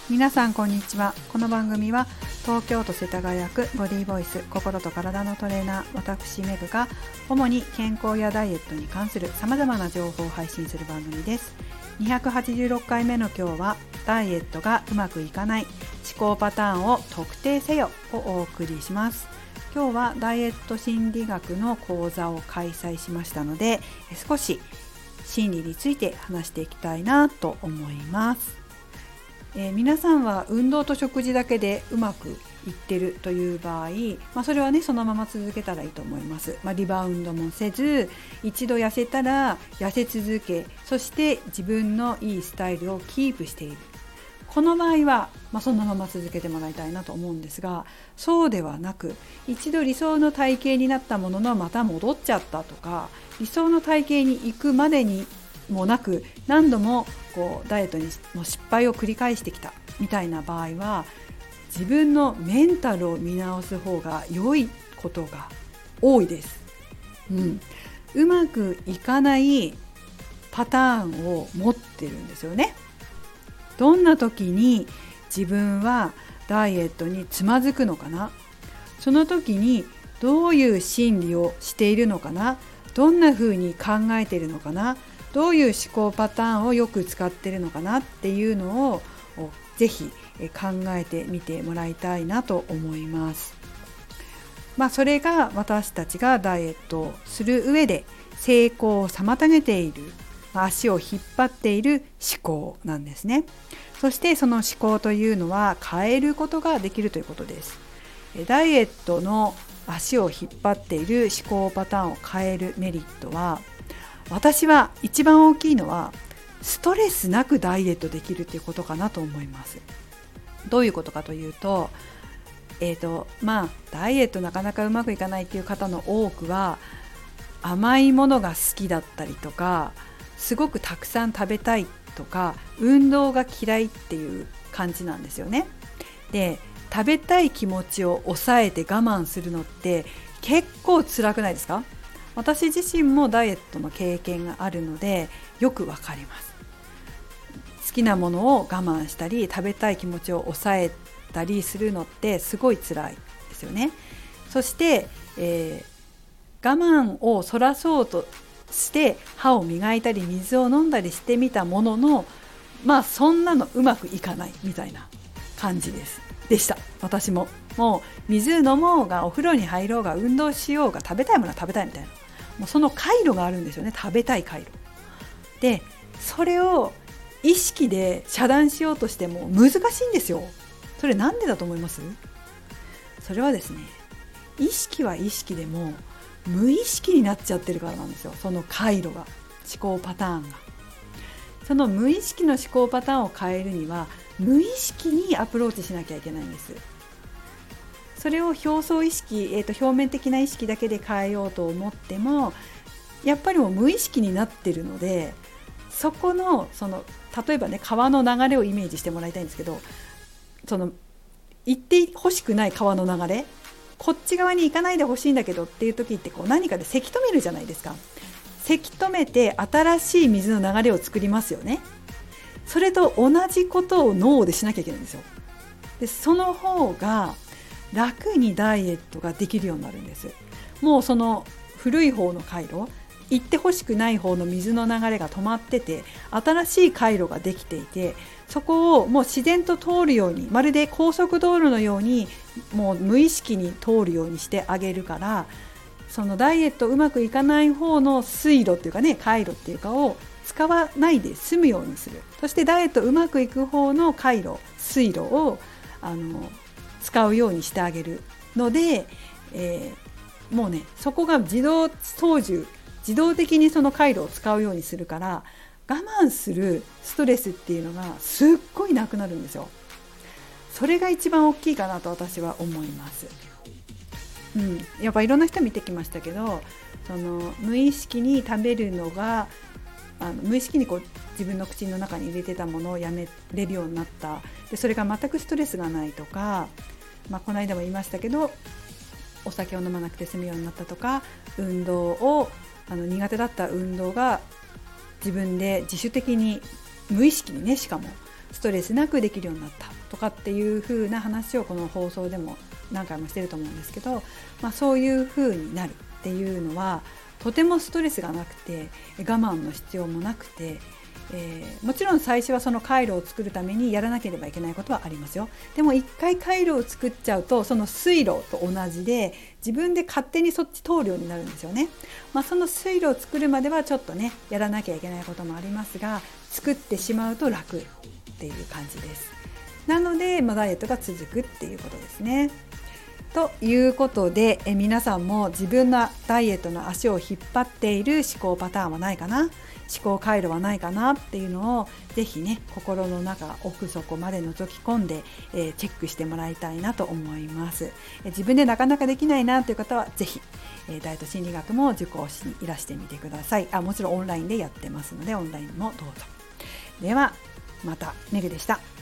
皆さんこんにちは。この番組は東京都世田谷区ボディボイス心と体のトレーナー私メグが主に健康やダイエットに関するさまざまな情報を配信する番組です。286回目の今日はダイエットがうまくいかない思考パターンを特定せよをお送りします。今日はダイエット心理学の講座を開催しましたので、少し心理について話していきたいなと思います。皆さんは運動と食事だけでうまくいってるという場合、それはねそのまま続けたらいいと思います。リバウンドもせず、一度痩せたら痩せ続け、そして自分のいいスタイルをキープしている。この場合は、そのまま続けてもらいたいなと思うんですが、そうではなく、一度理想の体型になったもののまた戻っちゃったとか、理想の体型に行くまでにもなく何度もダイエットの失敗を繰り返してきたみたいな場合は、自分のメンタルを見直す方が良いことが多いです。うまくいかないパターンを持ってるんですよね。どんな時に自分はダイエットにつまずくのかな、その時にどういう心理をしているのかな、どんな風に考えているのかな、どういう思考パターンをよく使っているのかなっていうのをぜひ考えてみてもらいたいなと思います。それが私たちがダイエットをする上で成功を妨げている、足を引っ張っている思考なんですね。そしてその思考というのは変えることができるということです。ダイエットの足を引っ張っている思考パターンを変えるメリットは、私は一番大きいのはストレスなくダイエットできるということかなと思います。どういうことかというと、ダイエットなかなかうまくいかないという方の多くは甘いものが好きだったりとか、すごくたくさん食べたいとか、運動が嫌いっていう感じなんですよね。で、食べたい気持ちを抑えて我慢するのって結構辛くないですか？私自身もダイエットの経験があるのでよくわかります。好きなものを我慢したり、食べたい気持ちを抑えたりするのってすごい辛いですよね。そして、我慢をそらそうとして歯を磨いたり水を飲んだりしてみたものの、そんなのうまくいかないみたいな感じでした。私ももう水飲もうがお風呂に入ろうが運動しようが食べたいものは食べたいみたいな、もうその回路があるんですよね。食べたい回路で、それを意識で遮断しようとしても難しいんですよ。それなんでだと思います？それはですね、意識は意識でも無意識になっちゃってるからなんですよ。その回路が、思考パターンが、その無意識の思考パターンを変えるには無意識にアプローチしなきゃいけないんです。それを表層意識、表面的な意識だけで変えようと思ってもやっぱりもう無意識になってるので、そこの例えばね、川の流れをイメージしてもらいたいんですけど、行ってほしくない川の流れ、こっち側に行かないでほしいんだけどっていう時って何かでせき止めるじゃないですか。せき止めて新しい水の流れを作りますよね。それと同じことを脳でしなきゃいけないんですよ。で、その方が楽にダイエットができるようになるんです。もうその古い方の回路、行ってほしくない方の水の流れが止まってて、新しい回路ができていて、そこをもう自然と通るように、まるで高速道路のようにもう無意識に通るようにしてあげるから、そのダイエットうまくいかない方の水路っていうかね、回路っていうかを使わないで済むようにする。そしてダイエットうまくいく方の回路、水路を使うようにしてあげるので、もうね、そこが自動操縦、自動的にその回路を使うようにするから、我慢するストレスっていうのがすっごいなくなるんですよ。それが一番大きいかなと私は思います。やっぱいろんな人見てきましたけど、無意識に食べるのが無意識に自分の口の中に入れてたものをやめれるようになった。で、それが全くストレスがないとか、この間も言いましたけど、お酒を飲まなくて済むようになったとか、運動を苦手だった運動が自分で自主的に無意識にね、しかもストレスなくできるようになったとかっていう風な話をこの放送でも何回もしてると思うんですけど、そういう風になるっていうのはとてもストレスがなくて我慢の必要もなくて、もちろん最初はその回路を作るためにやらなければいけないことはありますよ。でも一回回路を作っちゃうとその水路と同じで自分で勝手にそっち通るようになるんですよね。その水路を作るまではちょっとねやらなきゃいけないこともありますが、作ってしまうと楽っていう感じです。なので、ダイエットが続くっていうことですね。ということで皆さんも自分のダイエットの足を引っ張っている思考パターンはないかな、思考回路はないかなっていうのをぜひね心の中奥底まで覗き込んで、チェックしてもらいたいなと思います。自分でなかなかできないなという方はぜひ、ダイエット心理学も受講しにいらしてみてください。もちろんオンラインでやってますのでオンラインもどうぞ。ではまた、めぐでした。